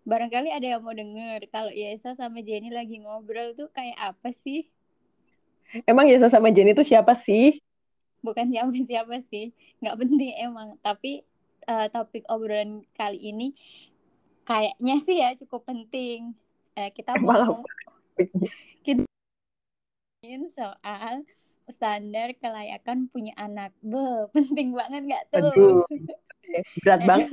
Barangkali ada yang mau denger kalau Yesa sama Jenny lagi ngobrol tuh kayak apa sih? Emang Yesa sama Jenny itu siapa sih? Bukan siapa-siapa sih, nggak penting emang. Tapi topik obrolan kali ini kayaknya sih ya cukup penting. Kita Emang mau apa? kita soal standar kelayakan punya anak. Penting banget nggak tuh? Aduh, berat banget.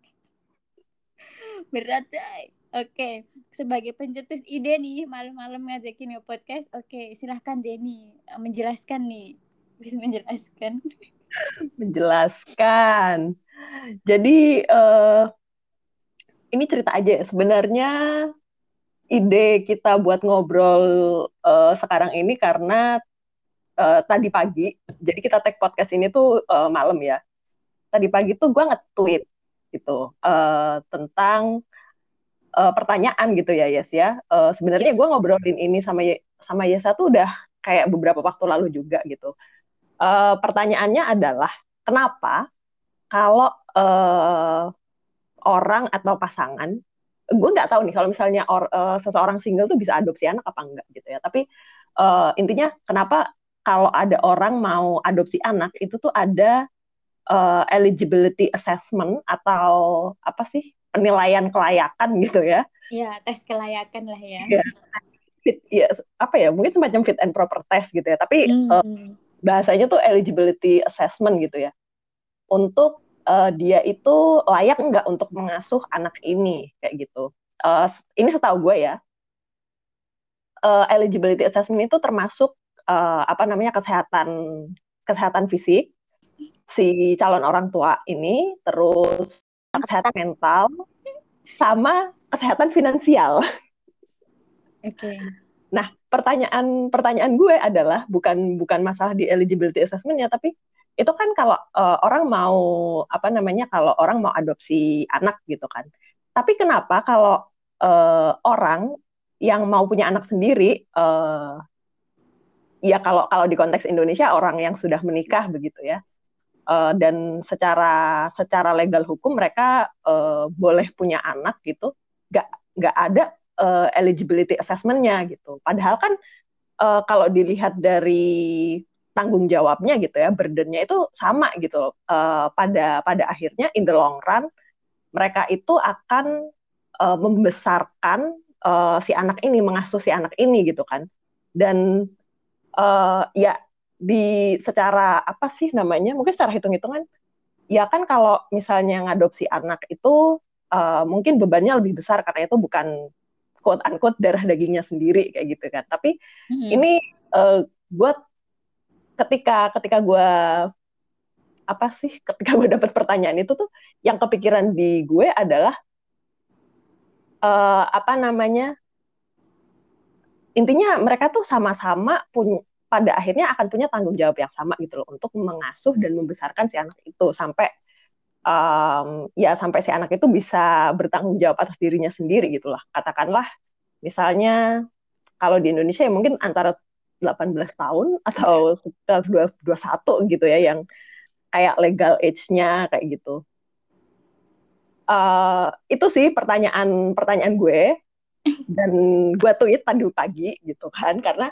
Berat coy. Oke, sebagai pencetus ide nih malam-malam ngajakin nge podcast. Oke, silahkan Jenny menjelaskan nih. Bisa menjelaskan. Menjelaskan. Jadi ini cerita aja ya. Sebenarnya ide kita buat ngobrol sekarang ini karena tadi pagi, jadi kita take podcast ini tuh malam ya. Tadi pagi tuh gue nge-tweet gitu tentang pertanyaan gitu ya Yes ya. Sebenarnya gue Yes. ngobrolin ini sama Yesa tuh udah kayak beberapa waktu lalu juga gitu. Pertanyaannya adalah kenapa kalau orang atau pasangan, gue nggak tahu nih kalau misalnya seseorang single tuh bisa adopsi anak apa enggak gitu ya. Tapi intinya kenapa kalau ada orang mau adopsi anak itu tuh ada eligibility assessment atau apa sih penilaian kelayakan gitu ya. Ya, tes kelayakan lah ya. Ya, ya apa ya mungkin semacam fit and proper test gitu ya. Tapi Hmm. bahasanya tuh eligibility assessment gitu ya. Untuk dia itu layak nggak untuk mengasuh anak ini kayak gitu. Ini setahu gue ya, eligibility assessment itu termasuk apa namanya kesehatan kesehatan fisik si calon orang tua ini, terus kesehatan mental sama kesehatan finansial. Oke. Nah, pertanyaan gue adalah bukan bukan masalah di eligibility assessment-nya, tapi itu kan kalau orang mau apa namanya kalau orang mau adopsi anak gitu kan. Tapi kenapa kalau orang yang mau punya anak sendiri ya kalau kalau di konteks Indonesia orang yang sudah menikah begitu ya. Dan secara legal hukum mereka boleh punya anak gitu. Nggak nggak ada eligibility assessment-nya gitu. Padahal kan kalau dilihat dari tanggung jawabnya gitu ya, burden-nya itu sama gitu. Pada akhirnya in the long run mereka itu akan membesarkan si anak ini, mengasuh si anak ini gitu kan. Dan ya di secara apa sih namanya? Mungkin secara hitung-hitungan ya kan kalau misalnya ngadopsi anak itu mungkin bebannya lebih besar karena itu bukan quote unquote darah dagingnya sendiri kayak gitu kan. Tapi Hmm. ini gue ketika gue apa sih ketika gue dapet pertanyaan itu tuh yang kepikiran di gue adalah apa namanya intinya mereka tuh sama-sama punya pada akhirnya akan punya tanggung jawab yang sama gitu loh untuk mengasuh dan membesarkan si anak itu sampai ya sampai si anak itu bisa bertanggung jawab atas dirinya sendiri gitulah katakanlah misalnya kalau di Indonesia ya mungkin antara 18 tahun atau sekitar 21 gitu ya yang kayak legal age-nya kayak gitu. Itu sih pertanyaan pertanyaan gue dan gue tweet tadi pagi gitu kan karena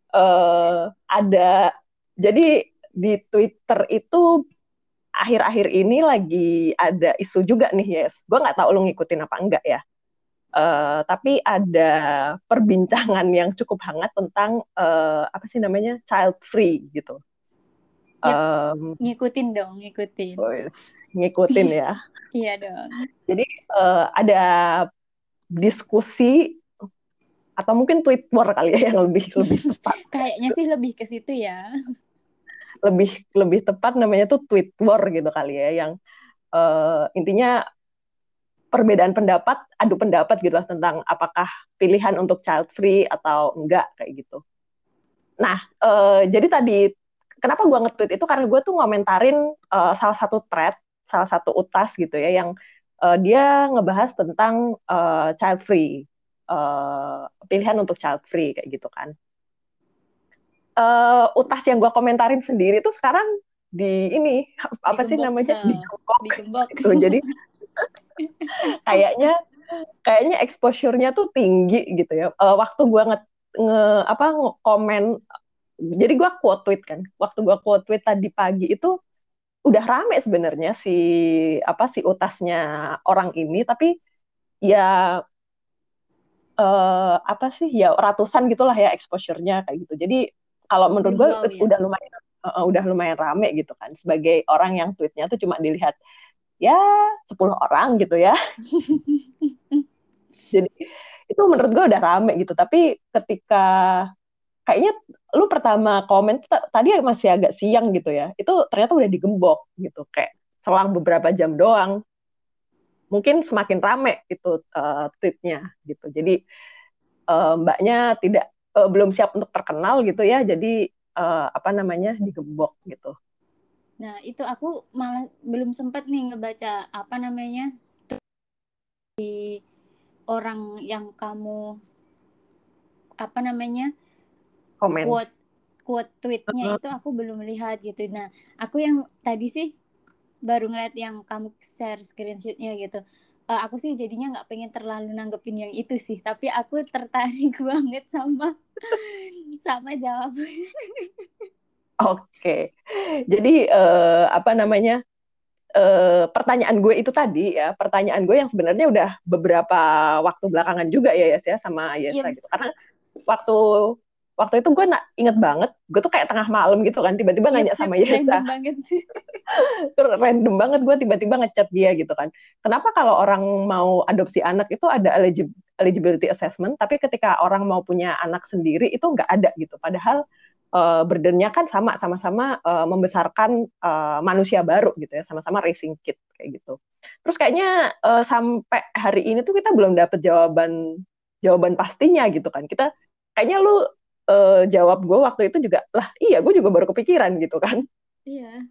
ada jadi di Twitter itu akhir-akhir ini lagi ada isu juga nih Yes. Gue nggak tahu lo ngikutin apa enggak ya. Tapi ada perbincangan yang cukup hangat tentang apa sih namanya child free gitu. Yap, Um, ngikutin dong, ngikutin. ngikutin ya. Iya dong. Jadi ada diskusi atau mungkin tweet war kali ya yang lebih lebih tepat. Kayaknya sih lebih ke situ ya. Lebih lebih tepat namanya tuh tweet war gitu kali ya yang intinya perbedaan pendapat, adu pendapat gitu lah tentang apakah pilihan untuk child free atau enggak kayak gitu. Nah, jadi tadi kenapa gue nge-tweet itu karena gue tuh ngomentarin salah satu thread, salah satu utas gitu ya yang dia ngebahas tentang child free, pilihan untuk child free kayak gitu kan. Utas yang gue komentarin sendiri tuh sekarang di ini apa sih Digembok, namanya digembok digembok. gitu. Jadi kayaknya kayaknya exposure-nya tuh tinggi gitu ya. Waktu gue nge-komen, jadi gue quote tweet kan. Waktu gue quote tweet tadi pagi itu udah rame sebenarnya si utasnya orang ini, tapi ya apa sih ya ratusan gitulah ya exposure-nya kayak gitu. Jadi kalau menurut Belum gue wow ya. udah lumayan rame gitu kan. Sebagai orang yang tweetnya tuh cuma dilihat ya 10 orang gitu ya. Jadi itu menurut gue udah rame gitu. Tapi ketika kayaknya lu pertama komen tadi masih agak siang gitu ya. Itu ternyata udah digembok gitu. Kayak selang beberapa jam doang. Mungkin semakin rame itu tweetnya gitu. Jadi mbaknya belum siap untuk terkenal gitu ya. Jadi apa namanya digembok gitu. Nah, itu aku malah belum sempat nih ngebaca apa namanya orang yang kamu apa namanya Komen. quote quote tweetnya itu aku belum lihat gitu. Nah, aku yang tadi sih baru ngeliat yang kamu share screenshotnya gitu. Aku sih jadinya nggak pengen terlalu nanggepin yang itu sih, tapi aku tertarik banget sama sama jawabannya. Oke, jadi apa namanya pertanyaan gue itu tadi ya, pertanyaan gue yang sebenarnya udah beberapa waktu belakangan juga ya Yes ya sama Iya, Yesa gitu. Karena waktu waktu itu gue inget banget, gue tuh kayak tengah malam gitu kan, tiba-tiba iya, nanya sip, sama random Yesa, banget. random banget gue tiba-tiba ngechat dia gitu kan. Kenapa kalau orang mau adopsi anak itu ada eligibility assessment, tapi ketika orang mau punya anak sendiri itu nggak ada gitu. Padahal burdennya kan sama-sama membesarkan manusia baru gitu ya, sama-sama raising kid kayak gitu. Terus kayaknya sampai hari ini tuh kita belum dapet jawaban pastinya gitu kan. Kita kayaknya lu jawab gue waktu itu juga lah, iya gue juga baru kepikiran gitu kan. Iya.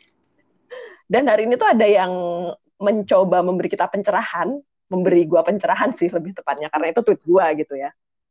Dan hari ini tuh ada yang mencoba memberi kita pencerahan, memberi gue pencerahan sih lebih tepatnya karena itu tweet gue gitu ya.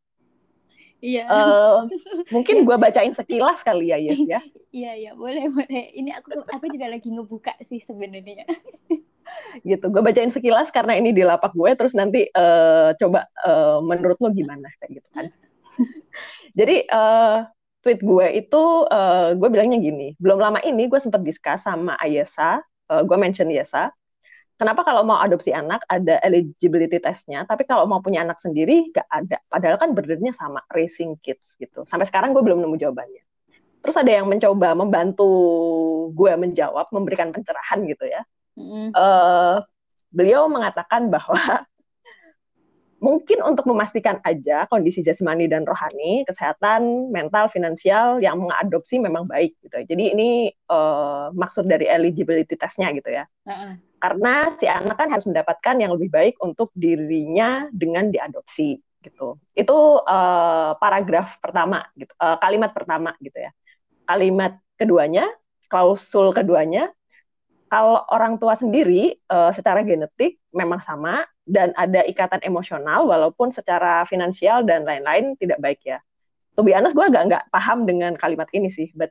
Iya. Mungkin Yang gue bacain sekilas kali ya Yes ya. iya iya boleh boleh. Ini aku juga lagi ngebuka sih sebenarnya. Gitu. Gue bacain sekilas karena ini di lapak gue, terus nanti coba menurut lo gimana kayak gitu kan. Jadi tweet gue itu gue bilangnya gini, belum lama ini gue sempat discuss sama Ayesa, gue mention Yesa, kenapa kalau mau adopsi anak ada eligibility testnya, tapi kalau mau punya anak sendiri gak ada. Padahal kan burdennya sama, raising kids gitu. Sampai sekarang gue belum nemu jawabannya. Terus ada yang mencoba membantu gue menjawab, memberikan pencerahan gitu ya. Mm-mm. Beliau mengatakan bahwa mungkin untuk memastikan aja kondisi jasmani dan rohani, kesehatan mental, finansial yang mengadopsi memang baik gitu. Jadi ini maksud dari eligibility testnya gitu ya. Uh-uh. Karena si anak kan harus mendapatkan yang lebih baik untuk dirinya dengan diadopsi gitu. Itu paragraf pertama gitu, kalimat pertama gitu ya. Kalimat keduanya, klausul keduanya, kalau orang tua sendiri secara genetik memang sama dan ada ikatan emosional walaupun secara finansial dan lain-lain tidak baik ya. To be honest, gue agak nggak paham dengan kalimat ini sih, but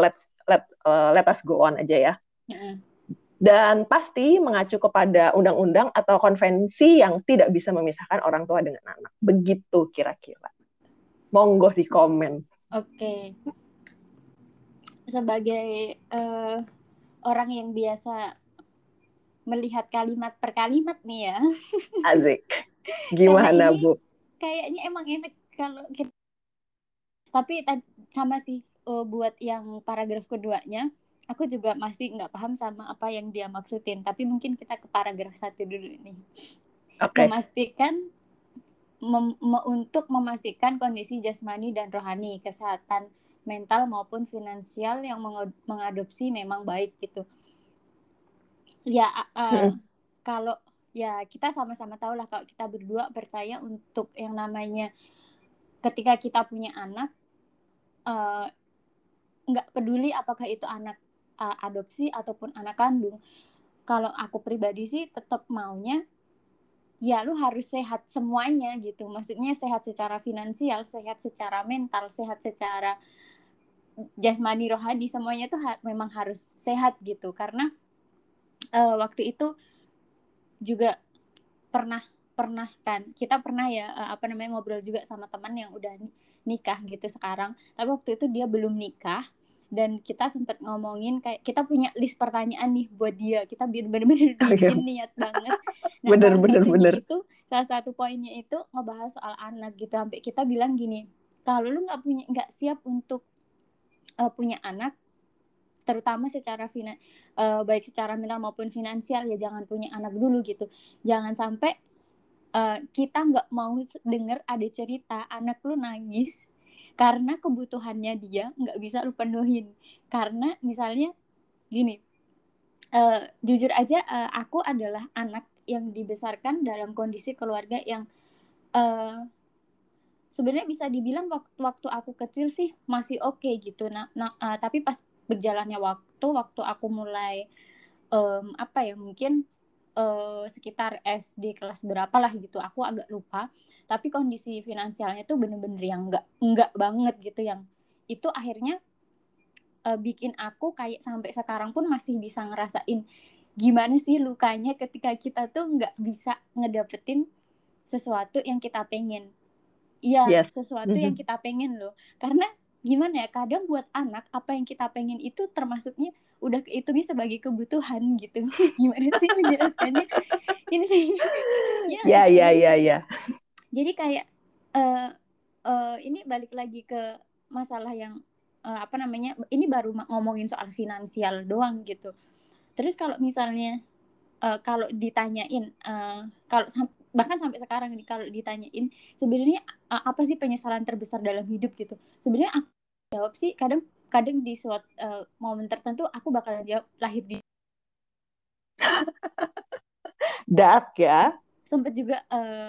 let us go on aja ya. Uh-uh. Dan pasti mengacu kepada undang-undang atau konvensi yang tidak bisa memisahkan orang tua dengan anak. Begitu kira-kira. Monggo di komen. Oke. Sebagai orang yang biasa melihat kalimat per kalimat nih ya. Azik. Karena Gimana, ini Bu? kayaknya emang enak kalau kita, tapi sama sih buat yang paragraf keduanya aku juga masih nggak paham sama apa yang dia maksudin, tapi mungkin kita ke paragraf satu dulu nih. Oke. Memastikan untuk memastikan kondisi jasmani dan rohani, kesehatan mental maupun finansial yang mengadopsi memang baik gitu ya. Kalau ya kita sama-sama tahu lah kalau kita berdua percaya untuk yang namanya ketika kita punya anak, nggak peduli apakah itu anak adopsi ataupun anak kandung, kalau aku pribadi sih tetap maunya ya lu harus sehat semuanya gitu, maksudnya sehat secara finansial, sehat secara mental, sehat secara jasmani rohani, semuanya tuh memang harus sehat gitu. Karena waktu itu juga pernah kita pernah ya ngobrol juga sama teman yang udah nikah gitu sekarang, tapi waktu itu dia belum nikah, dan kita sempat ngomongin kayak kita punya list pertanyaan nih buat dia, kita bener-bener bikin niat banget. Nah, salah satu poinnya itu ngebahas soal anak gitu, sampai kita bilang gini, kalau lu nggak siap untuk punya anak, terutama secara baik secara mental maupun finansial, ya jangan punya anak dulu gitu. Jangan sampai kita nggak mau denger ada cerita anak lu nangis karena kebutuhannya dia nggak bisa lu penuhin. Karena misalnya gini, jujur aja aku adalah anak yang dibesarkan dalam kondisi keluarga yang sebenarnya bisa dibilang waktu aku kecil sih masih oke gitu. Tapi pas berjalannya waktu aku mulai mungkin sekitar SD kelas berapa lah gitu, aku agak lupa, tapi kondisi finansialnya tuh bener-bener yang enggak banget gitu, yang itu akhirnya bikin aku kayak sampai sekarang pun masih bisa ngerasain gimana sih lukanya ketika kita tuh nggak bisa ngedapetin sesuatu yang kita pengen. Iya, sesuatu yang kita pengen loh. Karena gimana ya, kadang buat anak apa yang kita pengen itu termasuknya udah kehitungnya sebagai kebutuhan gitu. Gimana sih menjelaskannya? Ini ya. Jadi kayak ini balik lagi ke masalah yang ini baru ngomongin soal finansial doang gitu. Terus kalau misalnya kalau ditanyain bahkan sampai sekarang nih, kalau ditanyain sebenarnya apa sih penyesalan terbesar dalam hidup gitu, sebenarnya aku jawab sih kadang di suatu momen tertentu aku bakalan jawab lahir di dark ya. Sempet juga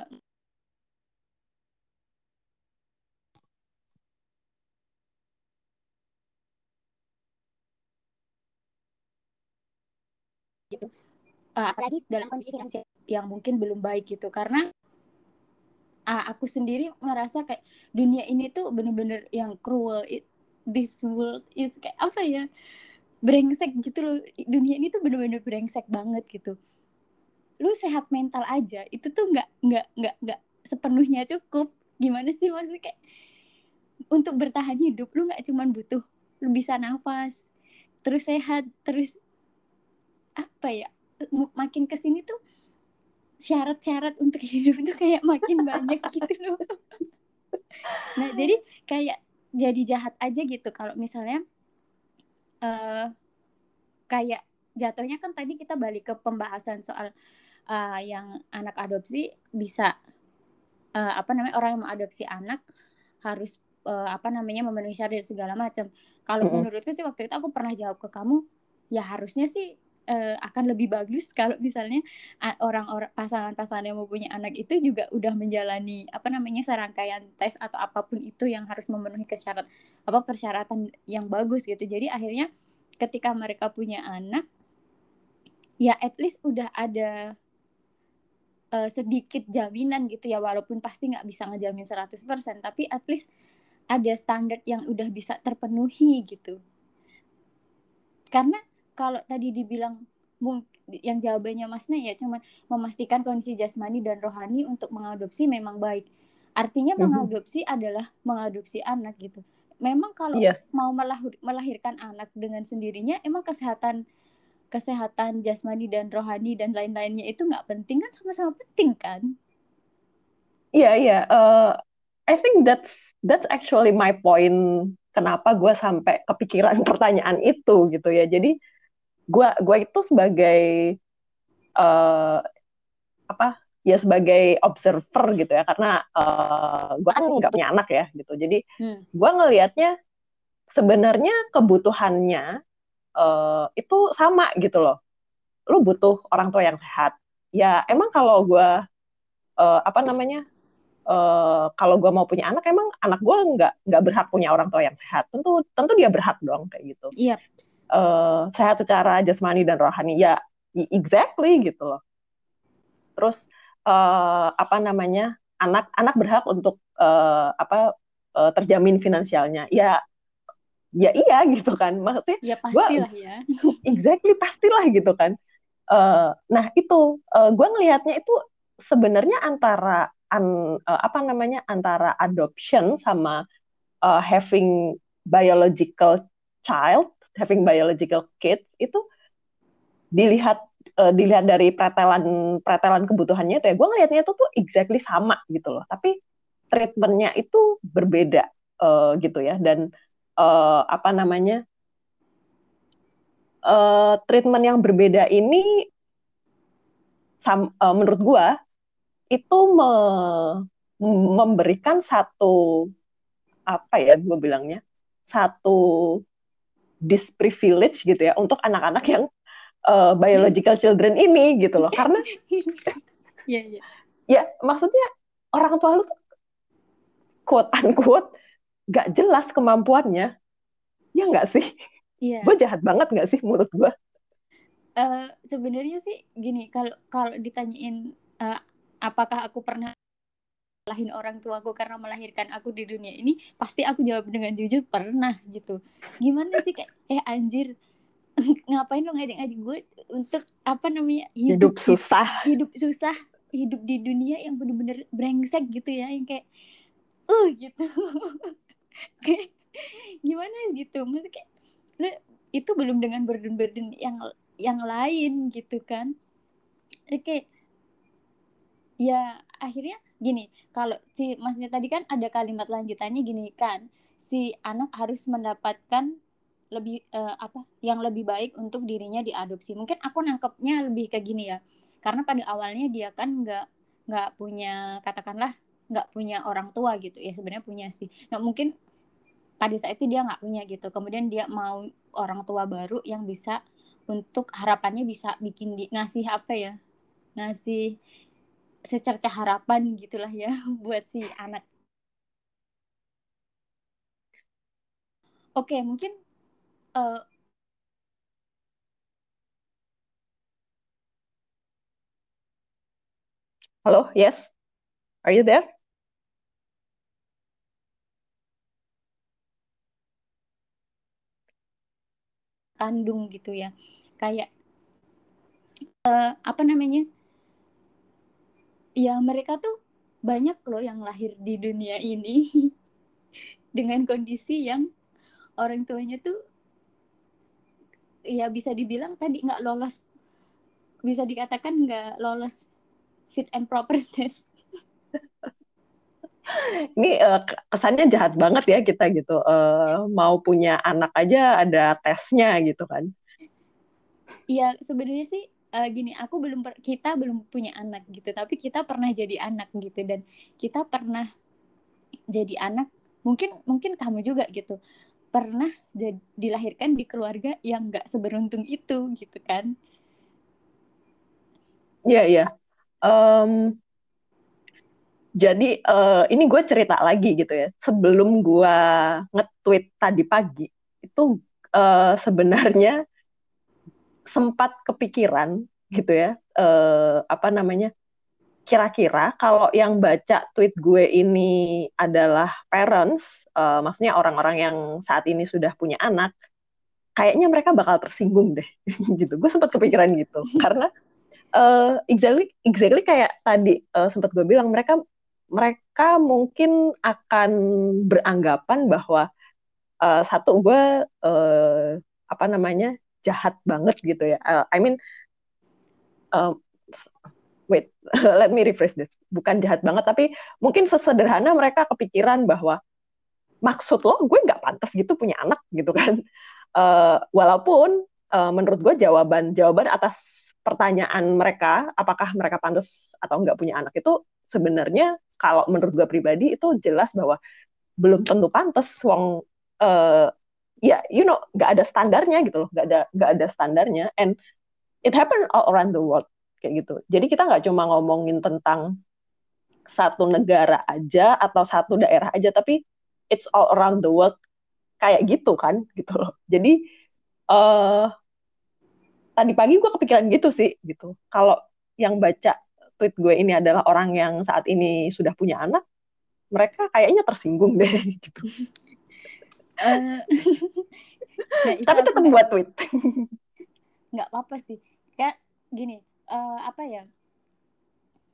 gitu, apalagi dalam kondisi finansial yang mungkin belum baik gitu. Karena aku sendiri ngerasa kayak dunia ini tuh bener-bener yang cruel. This world is kayak apa ya, brengsek gitu loh. Dunia ini tuh bener-bener brengsek banget gitu. Lu sehat mental aja itu tuh nggak sepenuhnya cukup. Gimana sih maksudnya, kayak untuk bertahan hidup lu nggak cuma butuh lu bisa nafas, terus sehat, terus apa ya, makin kesini tuh syarat-syarat untuk hidup itu kayak makin banyak gitu loh. Nah jadi kayak jadi jahat aja gitu kalau misalnya kayak jatuhnya kan tadi kita balik ke pembahasan soal yang anak adopsi bisa orang yang mengadopsi anak harus memenuhi syarat segala macam. Kalau menurutku sih waktu itu aku pernah jawab ke kamu, ya harusnya sih akan lebih bagus kalau misalnya orang-orang pasangan-pasangan yang mau punya anak itu juga udah menjalani serangkaian tes atau apapun itu yang harus memenuhi persyaratan yang bagus gitu. Jadi akhirnya ketika mereka punya anak, ya at least udah ada sedikit jaminan gitu ya, walaupun pasti nggak bisa ngejamin 100%, tapi at least ada standar yang udah bisa terpenuhi gitu. Karena kalau tadi dibilang yang jawabannya Masnya ya cuma memastikan kondisi jasmani dan rohani untuk mengadopsi memang baik. Artinya mengadopsi adalah mengadopsi anak gitu. Memang kalau mau melahirkan anak dengan sendirinya, emang kesehatan jasmani dan rohani dan lain-lainnya itu nggak penting kan? Sama-sama penting kan? Iya. I think that's actually my point. Kenapa gue sampai kepikiran pertanyaan itu gitu ya. Jadi gue itu sebagai sebagai observer gitu ya, karena gue kan nggak punya anak ya gitu. Jadi gue ngelihatnya sebenarnya kebutuhannya itu sama gitu loh. Lu butuh orang tua yang sehat. Ya emang kalau gue kalau gue mau punya anak, emang anak gue nggak berhak punya orang tua yang sehat. Tentu dia berhak dong kayak gitu. Yep. Sehat secara jasmani dan rohani, ya exactly gitu loh. Terus anak berhak untuk terjamin finansialnya. Ya iya gitu kan, maksudnya. Ya pastilah ya. Exactly, pastilah gitu kan. Nah itu gue ngelihatnya itu sebenarnya apa namanya, antara adoption sama having biological child, having biological kids itu dilihat dilihat dari pretelan pretelan kebutuhannya itu ya, gue ngelihatnya itu tuh exactly sama gitu loh, tapi treatmentnya itu berbeda gitu ya. Dan apa namanya, treatment yang berbeda ini menurut gue itu memberikan satu, apa ya gue bilangnya, satu disprivilege gitu ya untuk anak-anak yang biological children ini gitu loh. Karena Iya, iya. ya maksudnya orang tua lu tuh quote unquote gak jelas kemampuannya, ya nggak sih? Iya. Gue jahat banget nggak sih menurut gue? Sebenarnya sih gini, kalau kalau ditanyain apakah aku pernah lahin orang tuaku karena melahirkan aku di dunia ini, pasti aku jawab dengan jujur pernah gitu. Gimana sih, kayak anjir, ngapain lo ngajak-ngajak gue untuk apa namanya, Hidup hidup susah. hidup susah, hidup di dunia yang bener-bener brengsek gitu ya, yang kayak gitu. Kayak gimana gitu, maksudnya kayak lu itu belum dengan burden-burden yang lain gitu kan. Oke, ya akhirnya gini, kalau si masnya tadi kan ada kalimat lanjutannya gini kan, si anak harus mendapatkan lebih apa yang lebih baik untuk dirinya diadopsi. Mungkin aku nangkepnya lebih kayak gini ya, karena pada awalnya dia kan nggak punya, katakanlah nggak punya orang tua gitu ya, sebenarnya punya sih. Nah mungkin pada saat itu dia nggak punya gitu, kemudian dia mau orang tua baru yang bisa, untuk harapannya bisa bikin ngasih apa ya, ngasih secercah harapan gitulah ya buat si anak. Oke, mungkin uh, Halo, yes, are you there? kandung gitu ya, kayak apa namanya, ya mereka tuh banyak loh yang lahir di dunia ini dengan kondisi yang orang tuanya tuh ya bisa dibilang tadi nggak lolos, bisa dikatakan nggak lolos fit and proper test. Ini kesannya jahat banget ya kita gitu. Mau punya anak aja ada tesnya gitu kan. Iya sebenarnya sih gini, kita belum punya anak gitu, tapi kita pernah jadi anak gitu, dan kita pernah jadi anak, mungkin mungkin kamu juga gitu, pernah dilahirkan di keluarga yang nggak seberuntung itu gitu kan. Iya, iya. Em, jadi ini gue cerita lagi gitu ya. Sebelum gue nge-tweet tadi pagi, itu sebenarnya sempat kepikiran gitu ya. Apa namanya? Kira-kira kalau yang baca tweet gue ini adalah parents, maksudnya orang-orang yang saat ini sudah punya anak, kayaknya mereka bakal tersinggung deh, gitu. Gue sempat kepikiran gitu, karena exactly kayak tadi sempat gue bilang, mereka mereka mungkin akan beranggapan bahwa satu gue apa namanya, jahat banget gitu ya. I mean, uh, wait, let me rephrase this. Bukan jahat banget, tapi mungkin sesederhana mereka kepikiran bahwa maksud lo gue nggak pantas gitu punya anak gitu kan. Walaupun menurut gue jawaban atas pertanyaan mereka, apakah mereka pantas atau nggak punya anak, itu sebenarnya kalau menurut gue pribadi itu jelas bahwa belum tentu pantas. Wong ya, nggak ada standarnya gitu loh, nggak ada standarnya, and it happen all around the world kayak gitu. Jadi kita nggak cuma ngomongin tentang satu negara aja atau satu daerah aja, tapi it's all around the world kayak gitu kan, gitu loh. Jadi uh, tadi pagi gue kepikiran gitu sih, gitu. Kalau yang baca tweet gue ini adalah orang yang saat ini sudah punya anak, mereka kayaknya tersinggung deh, gitu. Eh, nah itu Tapi aku tetap buat tweet. nggak apa-apa sih, kayak gini, apa ya,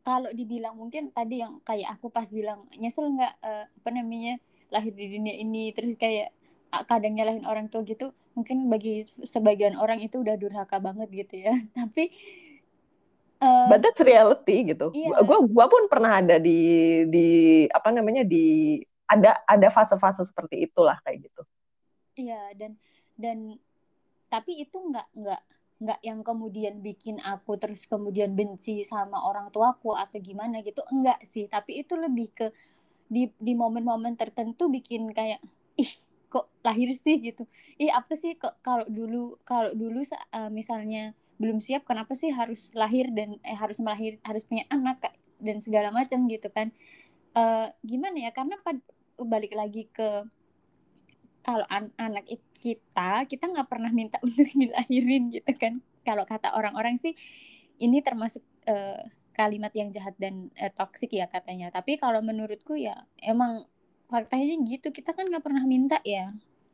kalau dibilang mungkin tadi yang kayak aku pas bilang nyesel nggak apa namanya lahir di dunia ini terus kayak kadang nyalahin orang tua gitu, mungkin bagi sebagian orang itu udah durhaka banget gitu ya. Tapi But that's reality gitu. iya, Gua pun pernah ada di apa namanya di ada fase-fase seperti itulah kayak gitu. iya, dan tapi itu nggak yang kemudian bikin aku terus kemudian benci sama orang tuaku atau gimana gitu, enggak sih. Tapi itu lebih ke di momen-momen tertentu bikin kayak ih kok lahir sih gitu, ih apa sih kok kalau dulu misalnya belum siap kenapa sih harus lahir dan harus punya anak dan segala macam gitu kan. Gimana ya, karena balik lagi ke kalau anak kita nggak pernah minta untuk dilahirin gitu kan. Kalau kata orang-orang sih ini termasuk kalimat yang jahat dan toksik ya katanya. Tapi kalau menurutku ya emang faktanya gitu, kita kan nggak pernah minta ya.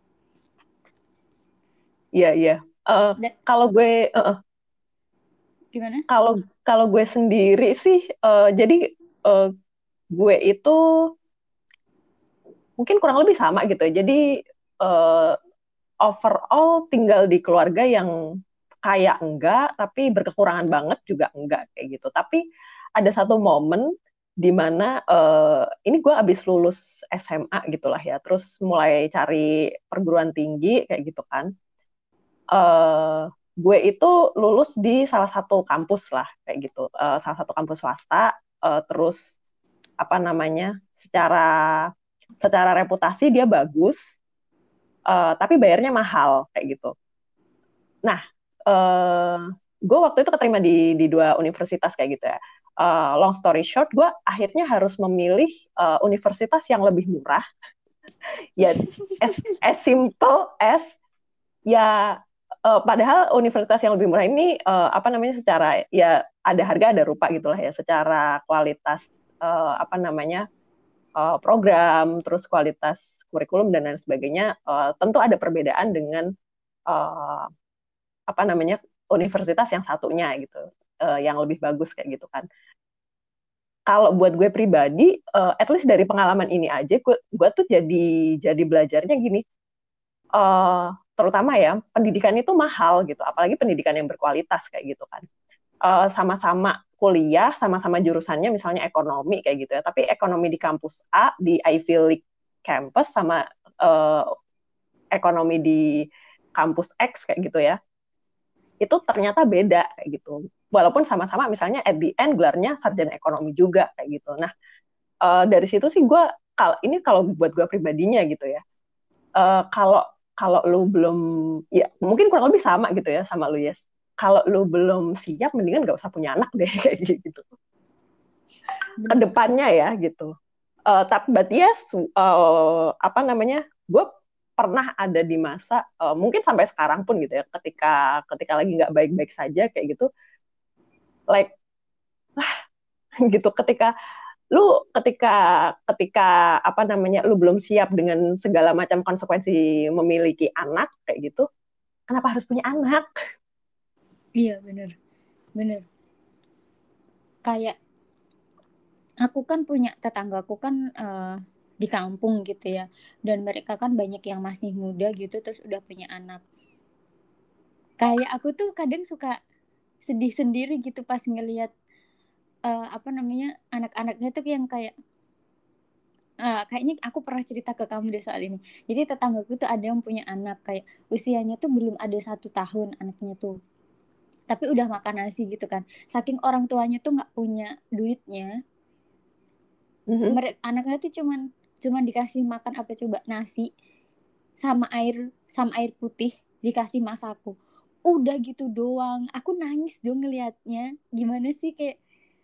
Iya, iya. Eh, Dan kalau gue gimana? kalau kalau gue sendiri sih jadi eh, gue itu mungkin kurang lebih sama gitu ya. Jadi eh, overall tinggal di keluarga yang kaya enggak, tapi berkekurangan banget juga enggak kayak gitu. Tapi ada satu momen di mana ini gue abis lulus SMA gitulah ya, terus mulai cari perguruan tinggi kayak gitu kan. Eh, gue itu lulus di salah satu kampus lah kayak gitu, salah satu kampus swasta. Terus apa namanya, secara reputasi dia bagus, tapi bayarnya mahal kayak gitu. Nah, gue waktu itu keterima di dua universitas kayak gitu ya. Long story short, gue akhirnya harus memilih universitas yang lebih murah. Ya, as simple as ya, padahal universitas yang lebih murah ini apa namanya, secara ya ada harga ada rupa gitulah ya, secara kualitas apa namanya, program, terus kualitas kurikulum dan lain sebagainya, tentu ada perbedaan dengan uh, apa namanya, universitas yang satunya gitu, yang lebih bagus kayak gitu kan. Kalau buat gue pribadi, at least dari pengalaman ini aja, gue tuh jadi belajarnya gini, terutama ya pendidikan itu mahal gitu, apalagi pendidikan yang berkualitas kayak gitu kan. Sama-sama kuliah, sama-sama jurusannya misalnya ekonomi kayak gitu ya, tapi ekonomi di kampus A di Ivy League campus sama uh, ekonomi di kampus X kayak gitu ya, itu ternyata beda kayak gitu. Walaupun sama-sama misalnya at the end gelarnya sarjana ekonomi juga kayak gitu. Nah, dari situ sih gue, ini kalau buat gue pribadinya gitu ya, kalau kalau lu belum, ya mungkin kurang lebih sama gitu ya sama lu, Yes. Kalau lu belum siap, mendingan gak usah punya anak deh kayak gitu. Bener. Kedepannya ya gitu. Tapi but yes, apa namanya, gue pernah ada di masa, mungkin sampai sekarang pun gitu ya, ketika ketika lagi nggak baik-baik saja kayak gitu, like gitu, ketika ketika apa namanya, lu belum siap dengan segala macam konsekuensi memiliki anak kayak gitu, kenapa harus punya anak? Iya bener, bener. Kayak aku kan punya tetanggaku kan di kampung gitu ya, dan mereka kan banyak yang masih muda gitu terus udah punya anak. Kayak aku tuh kadang suka sedih sendiri gitu pas ngelihat apa namanya anak-anaknya tuh yang kayak kayaknya aku pernah cerita ke kamu deh soal ini. Jadi tetanggaku tuh ada yang punya anak kayak usianya tuh belum ada 1 tahun anaknya tuh, tapi udah makan nasi gitu kan. Saking orang tuanya tuh nggak punya duitnya, Mhm. anaknya tuh cuman dikasih makan apa coba, nasi sama air putih dikasih masaku. Udah gitu doang. Aku nangis dong ngelihatnya. Gimana sih kayak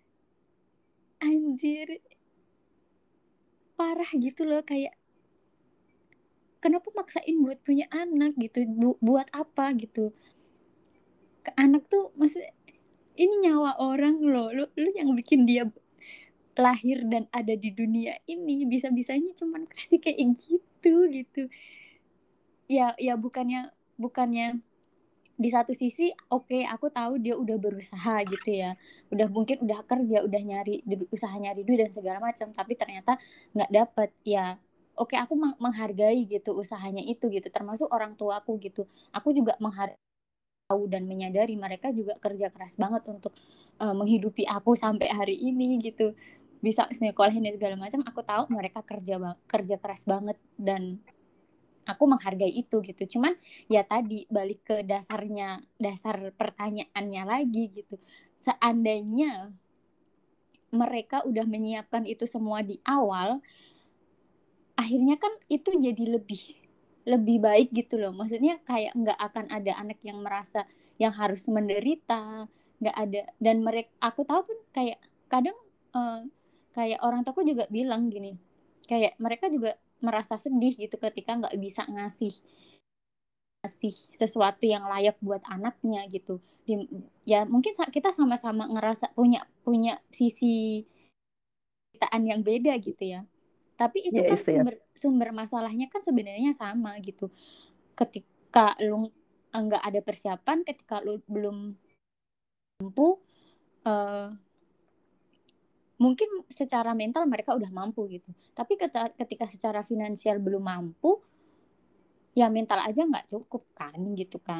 anjir, parah gitu loh, kayak kenapa maksain buat punya anak gitu, buat apa gitu. Ke anak tuh maksudnya ini nyawa orang loh, lu yang bikin dia lahir dan ada di dunia ini bisa-bisanya cuman kasih kayak gitu gitu. Ya bukannya bukannya di satu sisi oke, aku tahu dia udah berusaha gitu ya, mungkin udah kerja, udah nyari usaha nyari duit dan segala macam, tapi ternyata nggak dapet ya. Oke, aku menghargai gitu usahanya itu gitu, termasuk orang tuaku gitu. Aku juga menghargai dan menyadari mereka juga kerja keras banget untuk menghidupi aku sampai hari ini gitu, bisa sekolahin dan segala macam. Aku tahu mereka kerja keras banget dan aku menghargai itu gitu. Cuman ya tadi balik ke dasar pertanyaannya lagi gitu. Seandainya mereka udah menyiapkan itu semua di awal, akhirnya kan itu jadi lebih baik gitu loh. Maksudnya kayak nggak akan ada anak yang merasa yang harus menderita, nggak ada. Dan mereka, aku tahu kan kayak kadang eh, kayak orang tuaku juga bilang gini, kayak mereka juga merasa sedih gitu ketika nggak bisa ngasih sesuatu yang layak buat anaknya gitu. Ya mungkin kita sama-sama ngerasa punya punya sisi kitaan yang beda gitu ya. Tapi itu kan Yes, yes. sumber masalahnya kan sebenarnya sama gitu. Ketika lu nggak ada persiapan, ketika lu belum mampu, uh, mungkin secara mental mereka udah mampu gitu. Tapi ketika secara finansial belum mampu, ya mental aja nggak cukup kan gitu kan.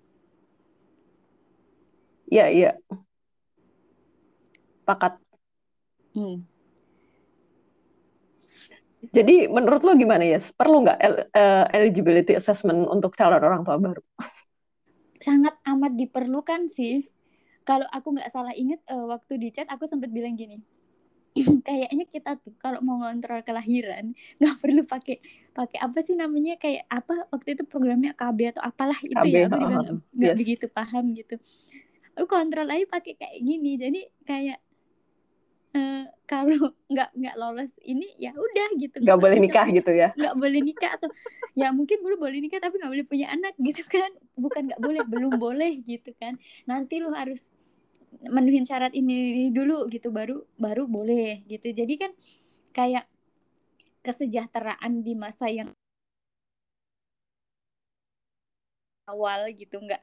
Iya, iya, pakat. Hmm. Jadi menurut lo gimana ya? Perlu nggak eligibility assessment untuk calon orang tua baru? Sangat amat diperlukan sih. Kalau aku nggak salah inget waktu di chat aku sempat bilang gini, kayaknya kita tuh kalau mau ngontrol kelahiran nggak perlu pakai pakai apa sih namanya, kayak apa waktu itu programnya KB atau apalah itu KB, ya, aku juga nggak yes. begitu paham gitu. Aku kontrol aja pakai kayak gini, jadi kayak kalau nggak lolos ini ya udah gitu, lu Nggak nggak boleh bisa nikah punya, gitu ya? nggak boleh nikah, atau ya mungkin baru boleh nikah tapi nggak boleh punya anak gitu kan. Bukan nggak boleh, belum boleh gitu kan, nanti lu harus menuhin syarat ini dulu gitu, baru baru boleh gitu. Jadi kan kayak kesejahteraan di masa yang awal gitu, nggak.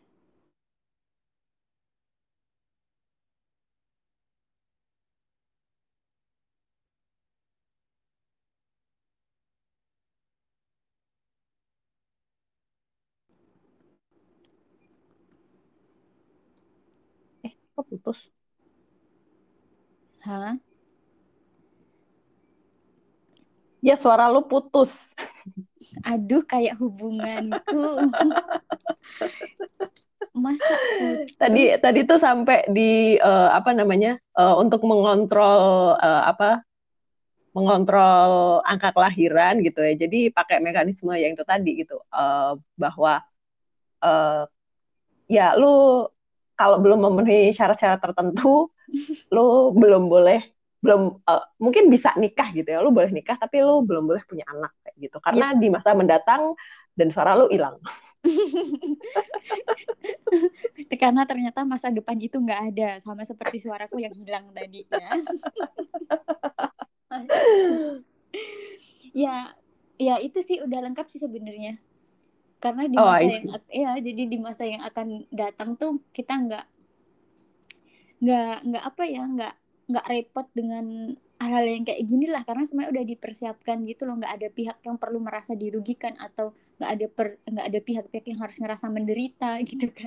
Kok putus? Hah? Ya, suara lu putus. Aduh, kayak hubunganku. Masa Tadi putus? tadi tuh sampai di apa namanya untuk mengontrol apa mengontrol angka kelahiran gitu ya. Jadi pakai mekanisme yang itu tadi gitu bahwa uh, ya lu kalau belum memenuhi syarat-syarat tertentu, lu belum mungkin bisa nikah gitu ya. Lu boleh nikah tapi lu belum boleh punya anak kayak gitu. Karena Yep. di masa mendatang dan suara lu hilang. Karena ternyata masa depan itu nggak ada, sama seperti suaraku yang hilang tadi ya. Ya, ya itu sih udah lengkap sih sebenarnya. Karena di Oh, masa I yang see. ya, jadi di masa yang akan datang tuh kita nggak apa ya, nggak repot dengan hal-hal yang kayak gini lah, karena semuanya udah dipersiapkan gitu loh. Nggak ada pihak yang perlu merasa dirugikan, atau nggak ada pihak-pihak yang harus ngerasa menderita gitu kan.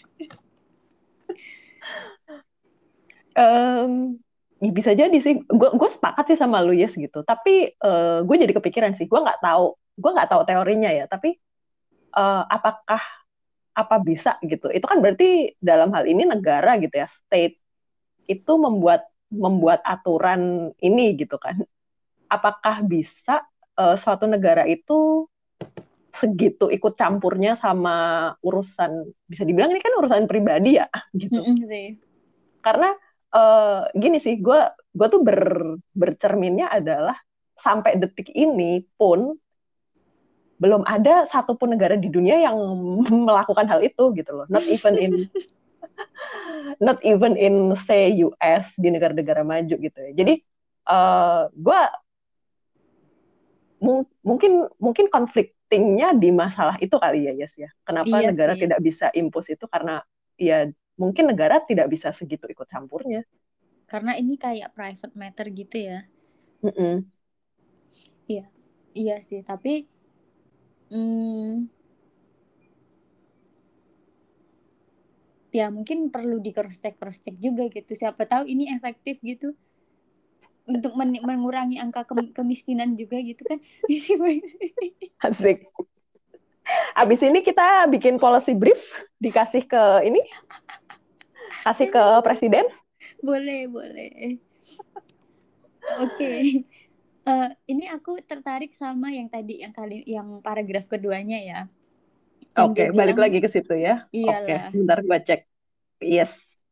Ya bisa jadi sih. Gue sepakat sih sama lu yes gitu. Tapi gue jadi kepikiran sih. Gue nggak tahu teorinya ya. Tapi apakah apa bisa gitu? Itu kan berarti dalam hal ini negara gitu ya, state itu membuat aturan ini gitu kan. Apakah bisa suatu negara itu segitu ikut campurnya sama urusan, bisa dibilang ini kan urusan pribadi ya gitu. Sih. Karena gini sih, gue tuh bercerminnya adalah sampai detik ini pun belum ada satupun negara di dunia yang melakukan hal itu gitu loh. Not even in say US, di negara-negara maju gitu ya. Jadi gue mungkin konflik pentingnya di masalah itu kali ya, Yes ya. Kenapa Iya negara sih. tidak bisa impose itu, karena ya mungkin negara tidak bisa segitu ikut campurnya. Karena ini kayak private matter gitu ya. Mm-mm. Iya. Iya sih, tapi ya mungkin perlu di cross check juga gitu. Siapa tahu ini efektif gitu untuk mengurangi angka kemiskinan juga gitu kan. Asik. Abis ini kita bikin policy brief, dikasih ke ini, kasih ke presiden. Boleh, boleh. Oke. Ini aku tertarik sama yang tadi yang paragraf keduanya ya. Yang Oke, dia balik bilang lagi ke situ ya. Oke, iyalah bentar gue cek. Yes.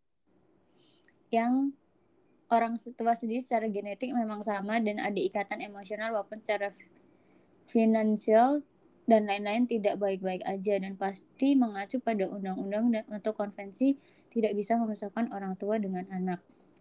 yang orang tua sendiri secara genetik memang sama dan ada ikatan emosional walaupun secara finansial dan lain-lain tidak baik-baik aja dan pasti mengacu pada undang-undang dan atau konvensi tidak bisa memisahkan orang tua dengan anak.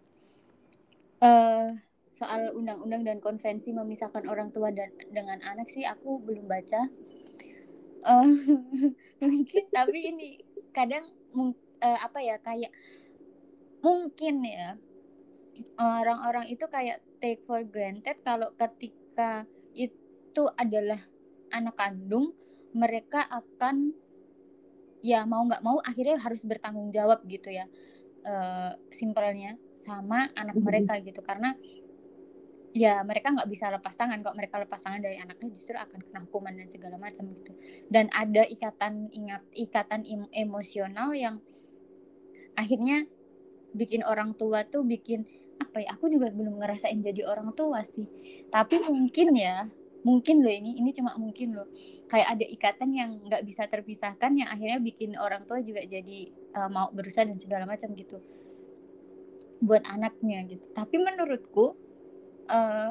eh Soal undang-undang dan konvensi memisahkan orang tua dan dengan anak sih aku belum baca. Eh, Mungkin tapi ini kadang apa ya kayak mungkin ya orang-orang itu kayak take for granted kalau ketika itu adalah anak kandung mereka akan ya mau nggak mau akhirnya harus bertanggung jawab gitu ya, simpelnya sama anak mereka gitu karena ya mereka nggak bisa lepas tangan. Kalau mereka lepas tangan dari anaknya justru akan kena hukuman dan segala macam gitu. Dan ada ikatan emosional yang akhirnya bikin orang tua tuh bikin apa ya, aku juga belum ngerasain jadi orang tua sih, tapi mungkin loh, ini cuma mungkin loh, kayak ada ikatan yang nggak bisa terpisahkan yang akhirnya bikin orang tua juga jadi mau berusaha dan segala macam gitu buat anaknya gitu. Tapi menurutku uh,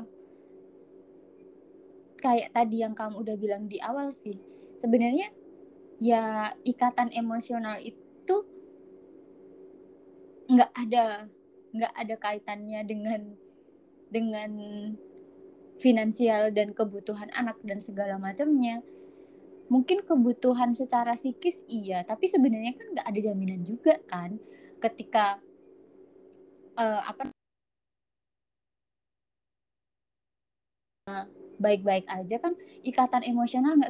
kayak tadi yang kamu udah bilang di awal sih, sebenarnya ya ikatan emosional itu nggak ada nggak ada kaitannya dengan finansial dan kebutuhan anak dan segala macamnya. Mungkin kebutuhan secara psikis iya, tapi sebenarnya kan nggak ada jaminan juga kan ketika apa baik-baik aja kan ikatan emosional nggak.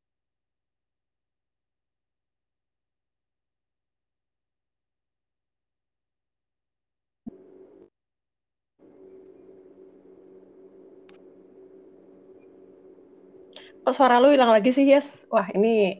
Kok suara lu hilang lagi sih, Yes? Wah, ini...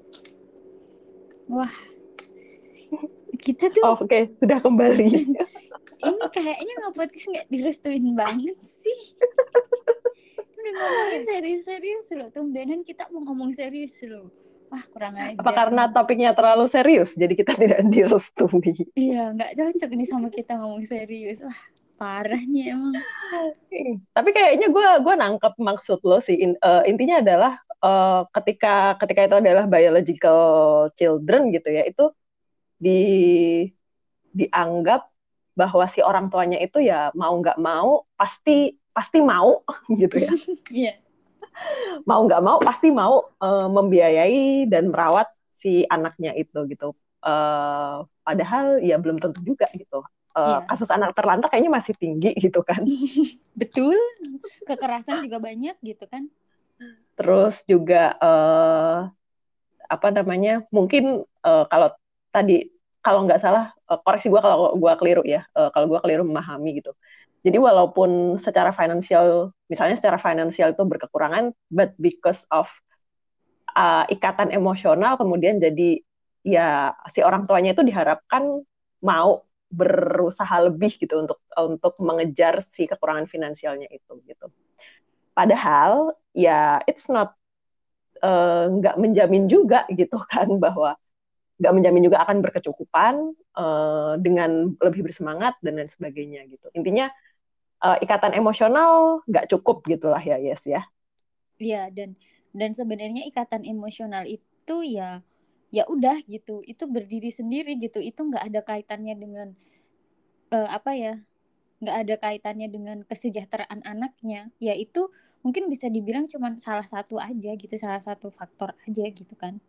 Wah, kita tuh Oke, sudah kembali. ini kayaknya nge-podcast nggak direstuin banget sih. Udah ngomongin serius-serius loh, tumbenan kita mau ngomong serius loh. Wah, kurang Apa ajar karena nih. topiknya terlalu serius, jadi kita tidak direstui? Iya, nggak cocok nih sama kita ngomong serius. Wah, parah nih emang. Tapi kayaknya gue nangkep maksud lo sih. Intinya adalah ketika ketika itu adalah biological children gitu ya, itu di dianggap bahwa si orang tuanya itu ya mau nggak mau pasti pasti mau gitu ya. Iya. Mau nggak mau pasti mau membiayai dan merawat si anaknya itu gitu. Padahal ya belum tentu juga gitu. Iya. Kasus anak terlantar kayaknya masih tinggi gitu kan. Betul. Kekerasan juga banyak gitu kan. Terus juga apa namanya? Mungkin kalau tadi kalau nggak salah koreksi gue kalau gue keliru ya. Kalau gue keliru memahami gitu. Jadi walaupun secara finansial, misalnya secara finansial itu berkekurangan, but because of ikatan emosional kemudian jadi ya si orang tuanya itu diharapkan mau berusaha lebih gitu untuk mengejar si kekurangan finansialnya itu gitu. Padahal ya it's not nggak menjamin juga gitu kan bahwa nggak menjamin juga akan berkecukupan dengan lebih bersemangat dan lain sebagainya gitu. Intinya ikatan emosional nggak cukup gitulah ya, Yes ya. Iya, dan sebenarnya ikatan emosional itu ya udah gitu. Itu berdiri sendiri gitu. Itu nggak ada kaitannya dengan apa ya? Nggak ada kaitannya dengan kesejahteraan anaknya. Ya itu mungkin bisa dibilang cuma salah satu aja gitu, salah satu faktor aja gitu kan.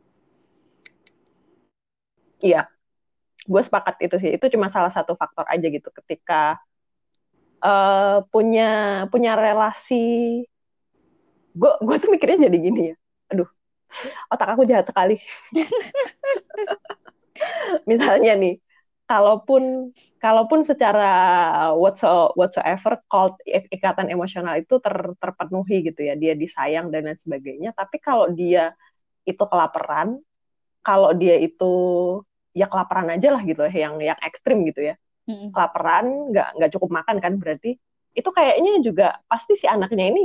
Iya, gue sepakat itu sih. Itu cuma salah satu faktor aja gitu. Ketika punya punya relasi, gue tuh mikirnya jadi gini ya. Aduh, otak aku jahat sekali. Misalnya nih, kalaupun kalaupun secara whatsoever called ikatan emosional itu terpenuhi gitu ya, dia disayang dan lain sebagainya. Tapi kalau dia itu kelaparan, kalau dia itu ya kelaparan aja lah gitu ya, yang ekstrim gitu ya, Mm-mm. kelaparan nggak cukup makan kan, berarti itu kayaknya juga pasti si anaknya ini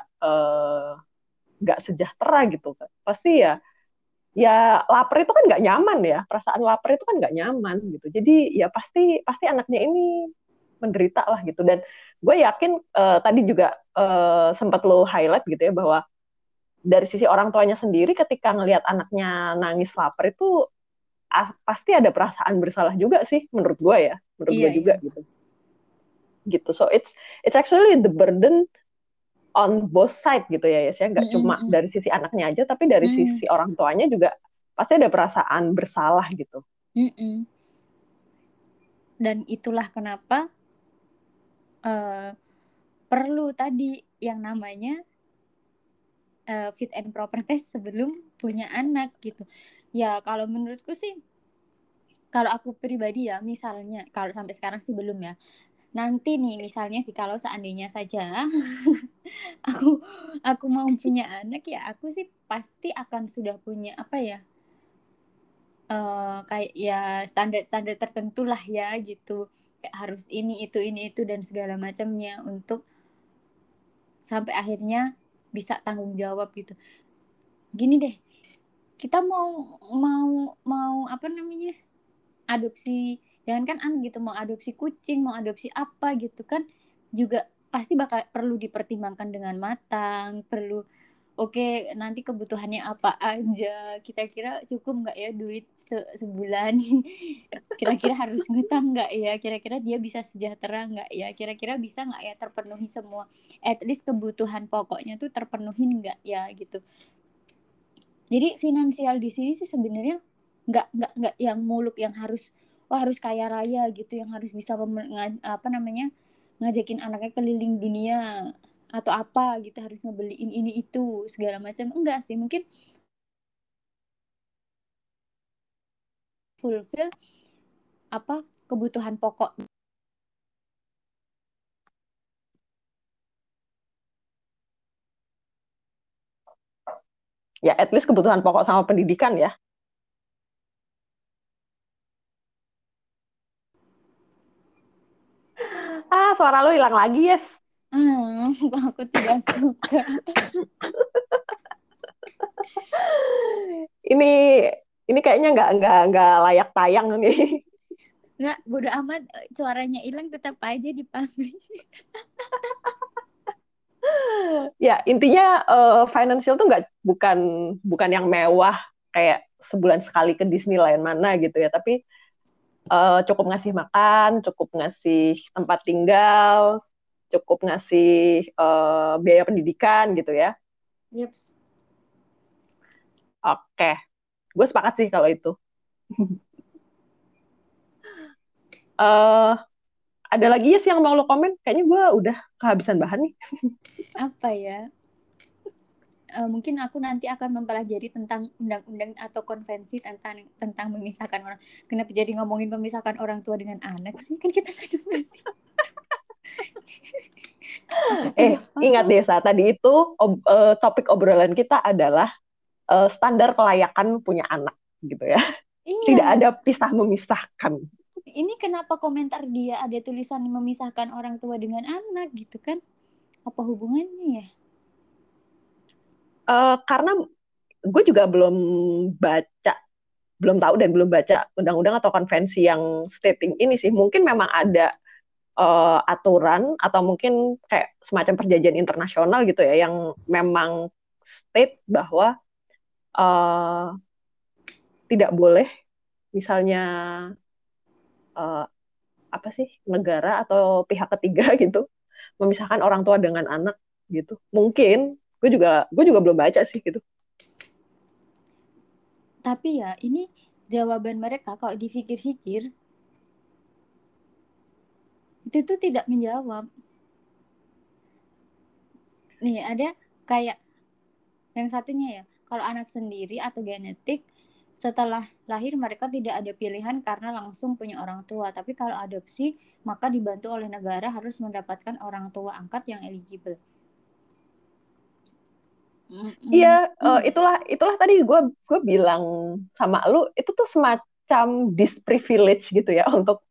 nggak sejahtera gitu kan, pasti ya ya lapar itu kan nggak nyaman ya, perasaan lapar itu kan nggak nyaman gitu, jadi ya pasti pasti anaknya ini menderita lah gitu. Dan gue yakin tadi juga sempat lo highlight gitu ya, bahwa dari sisi orang tuanya sendiri ketika ngelihat anaknya nangis lapar itu pasti ada perasaan bersalah juga sih, menurut gue ya, menurut Iya, gue iya. juga gitu gitu. So it's actually the burden on both side gitu ya, ya, nggak Mm-mm, cuma dari sisi anaknya aja, tapi dari mm-mm, sisi orang tuanya juga pasti ada perasaan bersalah gitu. mm-mm. Dan itulah kenapa eh, perlu tadi yang namanya fit and proper test sebelum punya anak gitu. Ya kalau menurutku sih, kalau aku pribadi ya, misalnya kalau sampai sekarang sih belum ya. Nanti nih misalnya jikalau seandainya saja aku aku mau punya anak, ya aku sih pasti akan sudah punya apa ya, kayak ya standar-standar tertentu lah ya gitu, kayak harus ini itu dan segala macamnya untuk sampai akhirnya bisa tanggung jawab gitu. Gini deh, kita mau mau mau apa namanya, adopsi, jangan kan anak gitu, mau adopsi kucing, mau adopsi apa gitu kan, juga pasti bakal perlu dipertimbangkan dengan matang, perlu oke nanti kebutuhannya apa aja, kira-kira cukup nggak ya duit sebulan, kira-kira harus ngutang nggak ya, kira-kira dia bisa sejahtera nggak ya, kira-kira bisa nggak ya terpenuhi semua, at least kebutuhan pokoknya tuh terpenuhi nggak ya gitu. Jadi finansial di sini sih sebenarnya nggak yang muluk yang harus wah harus kaya raya gitu, yang harus bisa apa namanya, ngajakin anaknya keliling dunia atau apa gitu, harus ngebeliin ini itu segala macam, enggak sih, mungkin fulfill apa kebutuhan pokok. Ya at least kebutuhan pokok sama pendidikan ya. Suara lo hilang lagi, Yes. Aku tidak suka. Ini ini kayaknya nggak layak tayang nih. Nggak, bodo amat, suaranya hilang tetap aja di publish. Ya intinya financial tuh nggak bukan bukan yang mewah kayak sebulan sekali ke Disneyland mana gitu ya, tapi cukup ngasih makan, cukup ngasih tempat tinggal, cukup ngasih biaya pendidikan gitu ya. Yep. Oke, gue sepakat sih kalau itu. uh, ada lagi ya sih yang mau lo komen? Kayaknya gue udah kehabisan bahan nih. Apa ya, mungkin aku nanti akan mempelajari tentang undang-undang atau konvensi tentang tentang memisahkan orang. Kenapa jadi ngomongin memisahkan orang tua dengan anak sih? Kan kita kan masih. Aduh, Ingat deh saat tadi itu topik obrolan kita adalah standar kelayakan punya anak gitu ya. Tidak iya. ada pisah memisahkan. Ini kenapa komentar dia ada tulisan memisahkan orang tua dengan anak gitu kan? Apa hubungannya ya? Karena gue juga baca, belum tahu dan belum baca undang-undang atau konvensi yang stating ini sih. Mungkin memang ada aturan atau mungkin kayak semacam perjanjian internasional gitu ya yang memang state bahwa uh, tidak boleh misalnya uh, apa sih negara atau pihak ketiga gitu memisahkan orang tua dengan anak. gitu. Mungkin gue juga belum baca sih gitu. Tapi ya ini jawaban mereka kalau dipikir-pikir itu tuh tidak menjawab. Nih ada kayak yang satunya ya, kalau anak sendiri atau genetik, setelah lahir mereka tidak ada pilihan karena langsung punya orang tua. Tapi kalau adopsi, maka dibantu oleh negara harus mendapatkan orang tua angkat yang eligible. Iya, itulah tadi gue bilang sama lu, itu tuh semacam disprivilege gitu ya untuk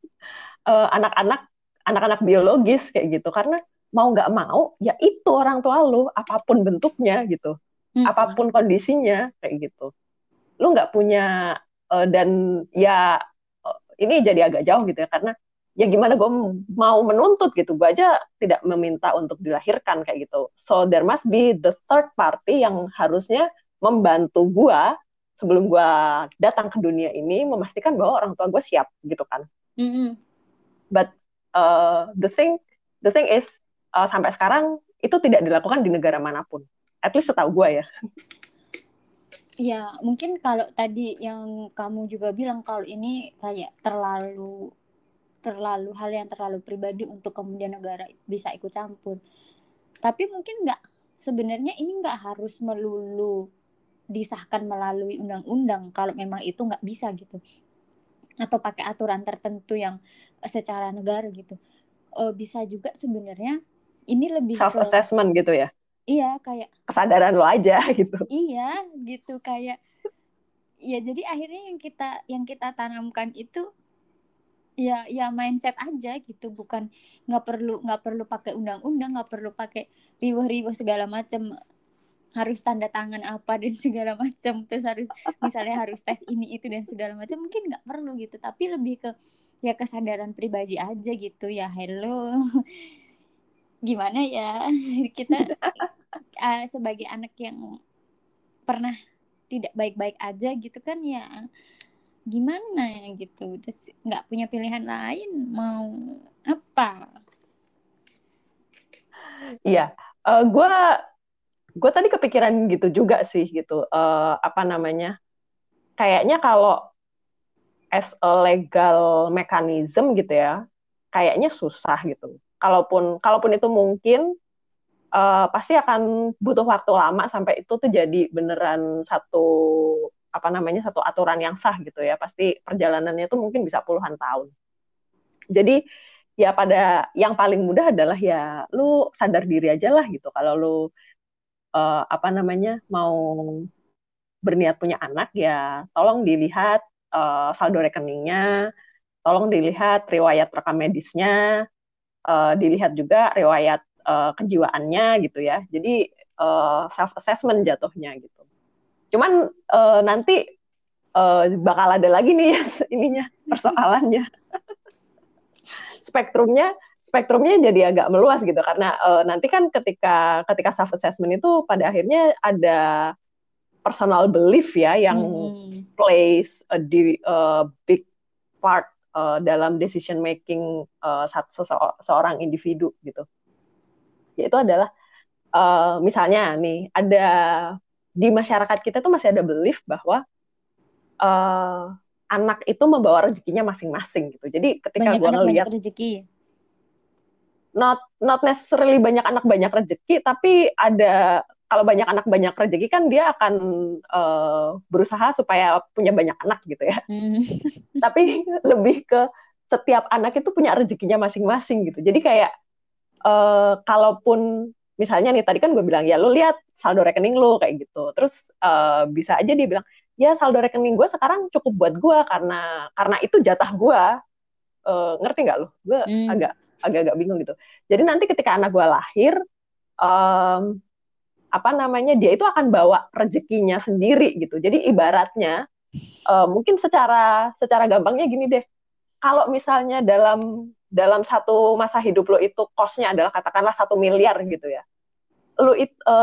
anak-anak biologis kayak gitu, karena mau nggak mau ya itu orang tua lu apapun bentuknya gitu, apapun kondisinya kayak gitu, lu nggak punya dan ya ini jadi agak jauh gitu ya, karena ya gimana gue mau menuntut gitu, gue aja tidak meminta untuk dilahirkan kayak gitu, so there must be the third party yang harusnya membantu gue sebelum gue datang ke dunia ini, memastikan bahwa orang tua gue siap gitu kan. But the thing is sampai sekarang itu tidak dilakukan di negara manapun, at least setahu gue ya. Ya mungkin kalau tadi yang kamu juga bilang kalau ini kayak terlalu hal yang terlalu pribadi untuk kemudian negara bisa ikut campur. Tapi mungkin sebenarnya ini nggak harus melulu disahkan melalui undang-undang kalau memang itu nggak bisa gitu, atau pakai aturan tertentu yang secara negara gitu. Bisa juga sebenarnya ini lebih self assessment gitu ya. Iya, kayak kesadaran lo aja gitu. Iya gitu, kayak ya jadi akhirnya yang kita tanamkan itu ya mindset aja gitu, bukan nggak perlu pakai undang-undang, nggak perlu pakai riweh-riweh segala macam, harus tanda tangan apa dan segala macam, terus misalnya harus tes ini itu dan segala macam, mungkin nggak perlu gitu, tapi lebih ke ya kesadaran pribadi aja gitu ya. Hello, gimana ya kita sebagai anak yang pernah tidak baik-baik aja gitu kan ya, gimana ya gitu, terus nggak punya pilihan lain mau apa. Iya, gue tadi kepikiran gitu juga sih gitu, apa namanya, kayaknya kalau as a legal mechanism gitu ya, kayaknya susah gitu. Kalaupun itu mungkin, pasti akan butuh waktu lama sampai itu tuh jadi beneran satu aturan yang sah gitu ya. Pasti perjalanannya tuh mungkin bisa puluhan tahun. Jadi ya pada yang paling mudah adalah ya lu sadar diri aja lah gitu. Kalau lu mau berniat punya anak, ya tolong dilihat saldo rekeningnya, tolong dilihat riwayat rekam medisnya, dilihat juga riwayat kejiwaannya gitu ya. Jadi self assessment jatuhnya gitu. Cuman nanti bakal ada lagi nih ininya persoalannya. spektrumnya jadi agak meluas gitu, karena nanti kan ketika self assessment itu pada akhirnya ada personal belief ya yang plays a big part dalam decision making seorang individu gitu. Yaitu adalah misalnya nih, ada di masyarakat kita tuh masih ada belief bahwa anak itu membawa rezekinya masing-masing gitu. Jadi ketika gue ngelihat rezeki, not necessarily banyak anak banyak rezeki, tapi ada, kalau banyak anak banyak rezeki kan dia akan berusaha supaya punya banyak anak gitu ya. Tapi lebih ke setiap anak itu punya rezekinya masing-masing gitu. Jadi kayak kalaupun misalnya nih tadi kan gue bilang ya lu lihat saldo rekening lu kayak gitu, terus bisa aja dia bilang ya saldo rekening gue sekarang cukup buat gue karena itu jatah gue. Ngerti nggak lu? Gue agak bingung gitu. Jadi nanti ketika anak gue lahir, dia itu akan bawa rezekinya sendiri gitu. Jadi ibaratnya mungkin secara gampangnya gini deh. Kalau misalnya dalam satu masa hidup lo itu cost-nya adalah katakanlah 1 miliar gitu ya. Lo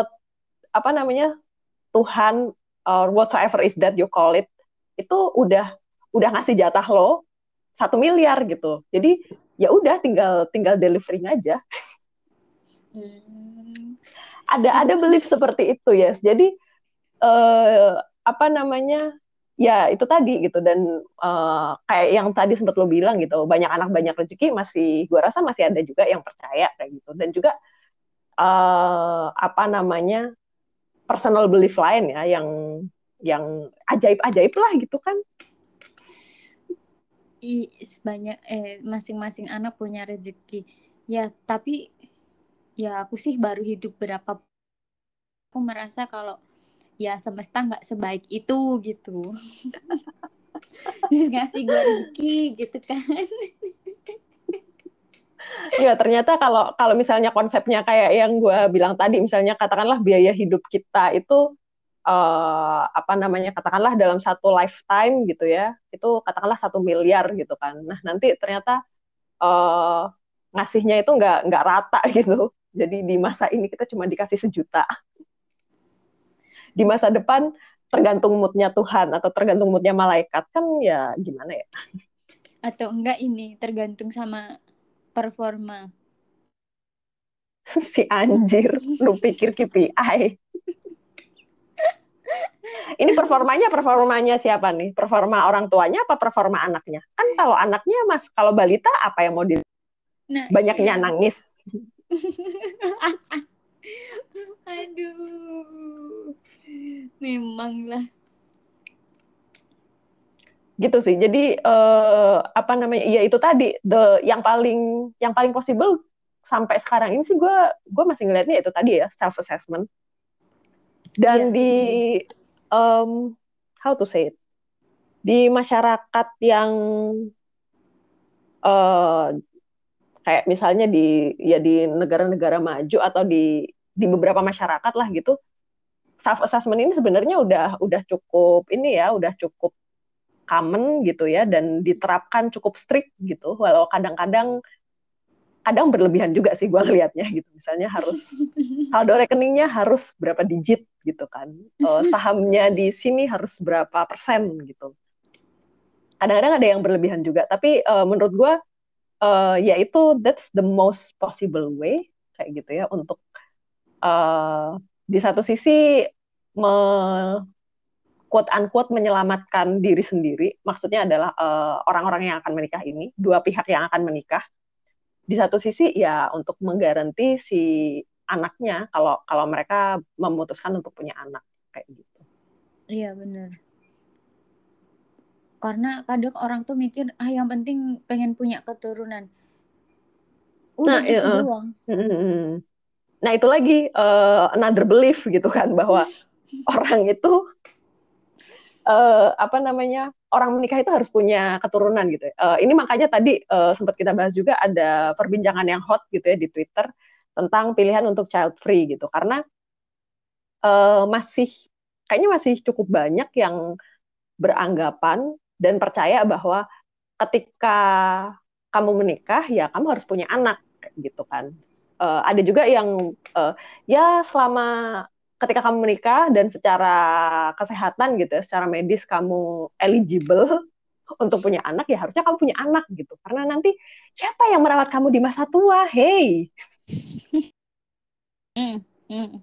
Tuhan, whatsoever is that you call it, itu udah ngasih jatah lo 1 miliar gitu. Jadi ya udah tinggal delivering aja. Hmm. Ada belief seperti itu ya. Jadi apa namanya, ya itu tadi gitu. Dan kayak yang tadi sempat lo bilang gitu, banyak anak banyak rezeki, masih gue rasa masih ada juga yang percaya kayak gitu. Dan juga apa namanya, personal belief lain ya, yang ajaib-ajaib lah gitu kan. Banyak masing-masing anak punya rezeki. Ya, tapi ya aku sih baru hidup berapa, aku merasa kalau ya semesta nggak sebaik itu gitu. Terus ngasih gue rezeki gitu kan. Ya ternyata kalau kalau misalnya konsepnya kayak yang gue bilang tadi, misalnya katakanlah biaya hidup kita itu apa namanya, katakanlah dalam satu lifetime gitu ya, itu katakanlah 1 miliar gitu kan. Nah nanti ternyata uh, ngasihnya itu nggak rata gitu. Jadi di masa ini kita cuma dikasih 1 juta. Di masa depan tergantung moodnya Tuhan atau tergantung moodnya malaikat, kan ya gimana ya. Atau enggak, ini tergantung sama performa. Si anjir, lu pikir KPI. Ini performanya siapa nih? Performa orang tuanya apa performa anaknya? Kan kalau anaknya mas, kalau balita apa yang mau di Nah banyaknya iya. nangis Aduh, memanglah. gitu sih. Jadi apa namanya? Ya itu tadi, yang paling possible sampai sekarang ini sih, gue masih ngelihatnya itu tadi ya, self assessment. Dan Iya di setuju. how to say it, di masyarakat yang uh, kayak misalnya di negara-negara maju atau di beberapa masyarakat lah gitu, self assessment ini sebenarnya udah cukup ini ya, udah cukup common gitu ya, dan diterapkan cukup strict gitu, walau kadang berlebihan juga sih gue ngelihatnya gitu. Misalnya harus saldo rekeningnya harus berapa digit gitu kan, sahamnya di sini harus berapa persen gitu. Kadang-kadang ada yang berlebihan juga, tapi menurut gue ya itu that's the most possible way kayak gitu ya, untuk di satu sisi me quote unquote menyelamatkan diri sendiri, maksudnya adalah orang-orang yang akan menikah ini, dua pihak yang akan menikah. Di satu sisi ya untuk menggaranti si anaknya, kalau kalau mereka memutuskan untuk punya anak kayak gitu. Iya benar. Karena kadang orang tuh mikir, yang penting pengen punya keturunan. Nah, Udah gitu doang. nah itu lagi another belief gitu kan, bahwa orang itu apa namanya, orang menikah itu harus punya keturunan gitu ya. Ini makanya tadi sempat kita bahas juga, ada perbincangan yang hot gitu ya di Twitter tentang pilihan untuk child free gitu, karena masih kayaknya masih cukup banyak yang beranggapan dan percaya bahwa ketika kamu menikah ya kamu harus punya anak gitu kan. Ada juga yang ya selama ketika kamu menikah dan secara kesehatan gitu ya, secara medis kamu eligible untuk punya anak, ya harusnya kamu punya anak gitu. Karena nanti siapa yang merawat kamu di masa tua? Hey, Hmm, hmm.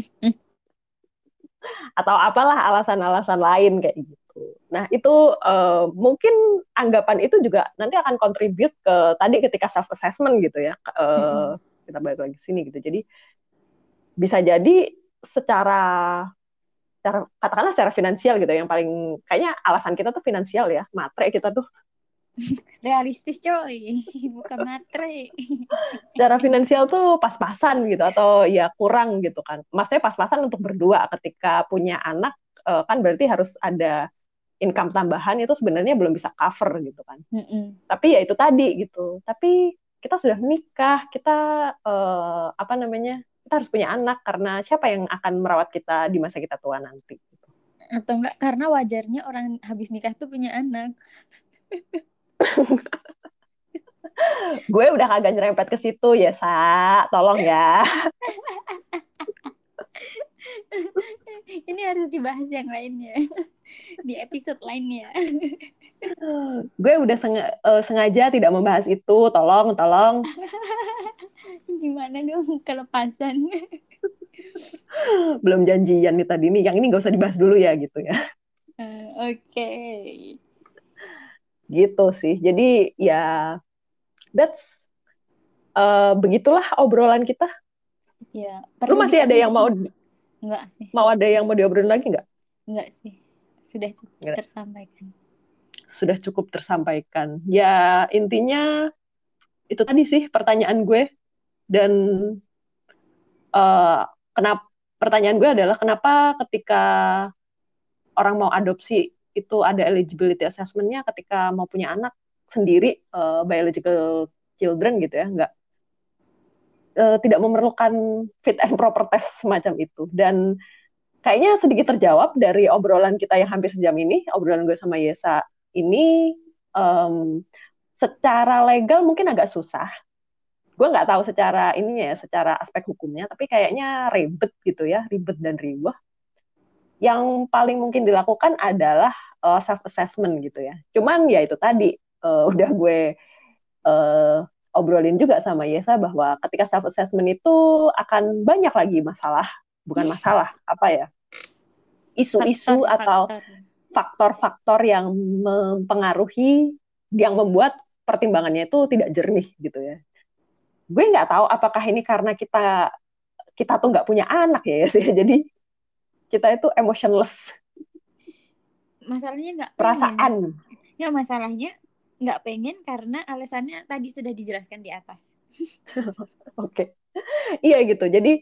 atau apalah alasan-alasan lain kayak gitu. Nah, itu mungkin anggapan itu juga nanti akan contribute ke tadi ketika self assessment gitu ya. Kita balik lagi sini gitu. Jadi bisa jadi secara katakanlah secara finansial gitu, yang paling kayaknya alasan kita tuh finansial ya, matre kita tuh. Realistis coy, bukan matre. Secara finansial tuh pas-pasan gitu, atau ya kurang gitu kan. Maksudnya pas-pasan untuk berdua, ketika punya anak kan berarti harus ada income tambahan, itu sebenarnya belum bisa cover gitu kan. Mm-mm. Tapi ya itu tadi gitu. Tapi kita sudah menikah, kita apa namanya, kita harus punya anak, karena siapa yang akan merawat kita di masa kita tua nanti. Atau enggak, karena wajarnya orang habis nikah tuh punya anak. Gue udah kagak nyerempet ke situ ya, tolong ya. Ini harus dibahas yang lainnya. Di episode lainnya. Gue udah sengaja tidak membahas itu, tolong. Gimana dong kelepasan? Belum janjian nih tadi nih, yang ini nggak usah dibahas dulu ya gitu ya. Oke. Gitu sih. Jadi ya that's begitulah obrolan kita. Ya, Lu perlu masih ada dikasih yang mau enggak sih? mau ada yang mau diobrolin lagi nggak? Enggak sih. Sudah cukup Nggak. tersampaikan. Sudah cukup tersampaikan. Ya intinya itu tadi sih pertanyaan gue, dan kenapa pertanyaan gue adalah kenapa ketika orang mau adopsi itu ada eligibility assessment-nya ketika mau punya anak sendiri, biological children gitu ya, nggak tidak memerlukan fit and proper test semacam itu. Dan kayaknya sedikit terjawab dari obrolan kita yang hampir sejam ini, obrolan gue sama Yesa ini, secara legal mungkin agak susah. Gue nggak tahu secara ininya ya, secara aspek hukumnya, tapi kayaknya ribet gitu ya, ribet dan riwah. Yang paling mungkin dilakukan adalah self assessment gitu ya. Cuman ya itu tadi udah gue uh, obrolin juga sama Yesa bahwa ketika self assessment itu akan banyak lagi masalah, bukan masalah, apa ya, isu-isu atau Faktor-faktor. faktor-faktor yang mempengaruhi, yang membuat pertimbangannya itu tidak jernih gitu ya. Gue nggak tahu apakah ini karena kita kita tuh nggak punya anak ya, jadi kita itu emotionless, Masalahnya nggak pengen. perasaan. Ya, masalahnya nggak pengen karena alasannya tadi sudah dijelaskan di atas. Oke, iya gitu. Jadi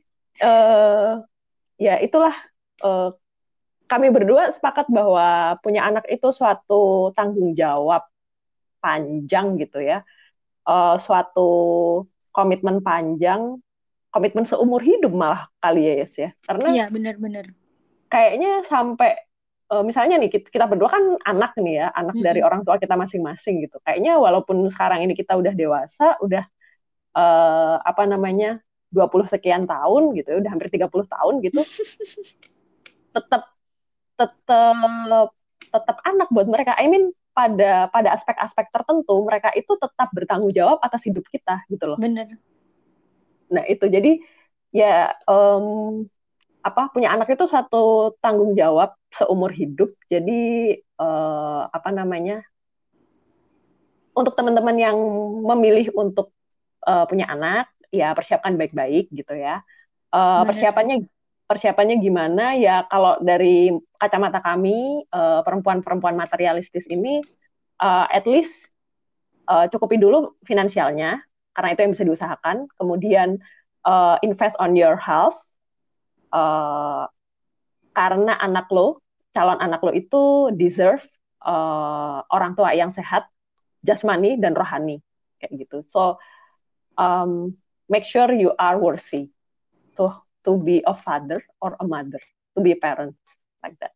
ya itulah, kami berdua sepakat bahwa punya anak itu suatu tanggung jawab panjang gitu ya, suatu komitmen panjang, komitmen seumur hidup malah kali ya Yes ya, karena Iya, benar-benar. kayaknya sampai misalnya nih kita berdua kan anak nih ya, anak dari Mm-mm. orang tua kita masing-masing gitu. Kayaknya walaupun sekarang ini kita udah dewasa, udah apa namanya 20 sekian tahun gitu, udah hampir 30 tahun gitu, tetap tetap tetap anak buat mereka. I mean pada aspek-aspek tertentu mereka itu tetap bertanggung jawab atas hidup kita gitu loh. Bener. Nah itu jadi ya apa, punya anak itu satu tanggung jawab seumur hidup. Jadi apa namanya, untuk teman-teman yang memilih untuk punya anak, ya persiapkan baik-baik gitu ya. Bener. Persiapannya gimana ya, kalau dari kacamata kami perempuan-perempuan materialistis ini, at least cukupi dulu finansialnya karena itu yang bisa diusahakan, kemudian invest on your health, uh, karena calon anak lo itu deserve orang tua yang sehat jasmani dan rohani kayak gitu. So make sure you are worthy to be a father or a mother, to be a parent, like that.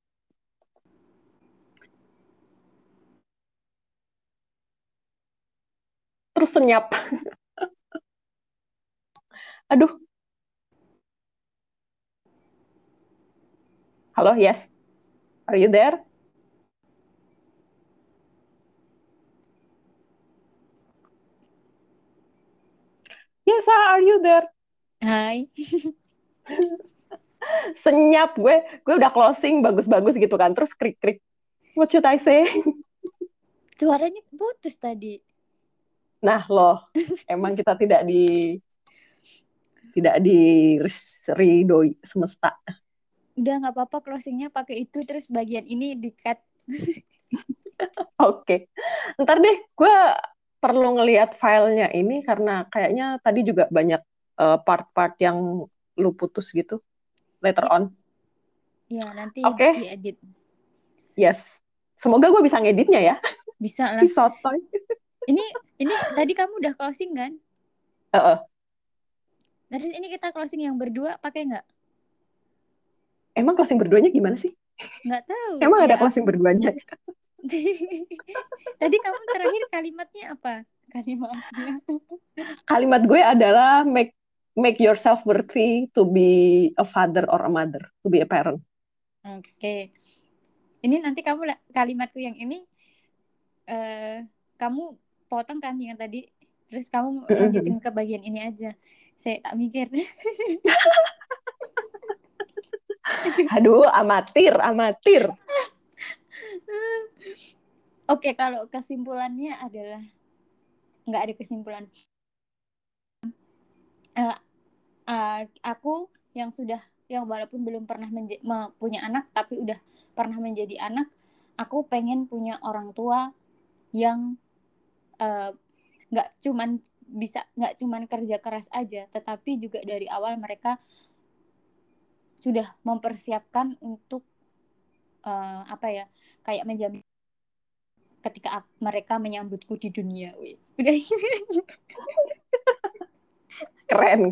Terus senyap. Aduh. Halo, yes. Are you there? Yes, are you there? Hai. Senyap gue udah closing bagus-bagus gitu kan, terus krik-krik. What should I say? Suaranya putus tadi. Nah loh, emang kita tidak ridoi semesta. Udah nggak apa-apa, closingnya pakai itu, terus bagian ini di-cut. Oke. Ntar deh, gue perlu ngelihat filenya ini karena kayaknya tadi juga banyak part-part yang lu putus gitu. Later Ya, on. ya nanti Oke, diedit. yes. Semoga gue bisa ngeditnya ya. Bisa lah. Si sotoy. Ini tadi kamu udah closing kan? Uh-uh. Terus ini kita closing yang berdua pakai nggak? Emang closing berduanya gimana sih? Nggak tahu. Emang ada Ya. closing berduanya? Tadi kamu terakhir kalimatnya apa? Kalimatnya. Kalimat gue adalah make yourself worthy to be a father or a mother, to be a parent. Oke. Ini nanti kamu kalimatku yang ini kamu potong kan yang tadi Terus kamu lanjutin ke bagian ini aja. Saya tak mikir. Aduh, amatir. Oke, kalau kesimpulannya adalah nggak ada kesimpulan. Aku yang walaupun belum pernah punya anak, tapi udah pernah menjadi anak, aku pengen punya orang tua yang nggak cuman kerja keras aja, tetapi juga dari awal mereka sudah mempersiapkan untuk kayak menjamin ketika mereka menyambutku di dunia. Udah gitu aja. Keren.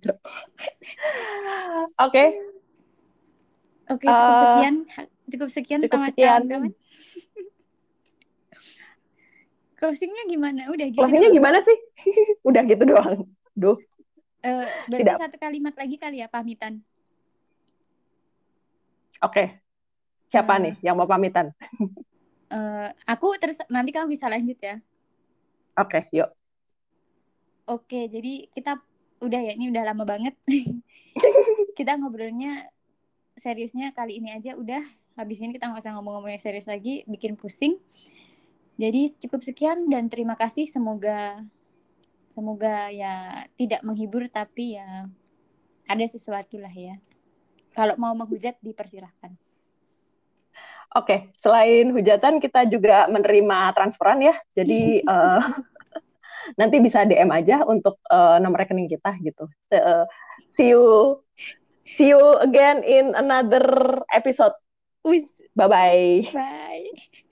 Oke. Oke, cukup sekian kawan-kawan. Closingnya gimana? Udah gitu Closingnya doang. gimana sih? Udah gitu doang. Duh. Berarti satu kalimat lagi kali ya, pamitan. Oke. Siapa nih yang mau pamitan? Aku terus nanti kamu bisa lanjut ya. Oke, yuk. Oke, jadi kita udah ya, ini udah lama banget. Kita ngobrolnya seriusnya kali ini aja udah. Habis ini kita nggak usah ngomong-ngomong yang serius lagi, bikin pusing. Jadi cukup sekian dan terima kasih. Semoga ya tidak menghibur, tapi ya ada sesuatu lah ya. Kalau mau menghujat dipersilahkan. Oke, selain hujatan kita juga menerima transferan ya. Jadi nanti bisa DM aja untuk nomor rekening kita gitu. See you again in another episode. Bye-bye. Bye.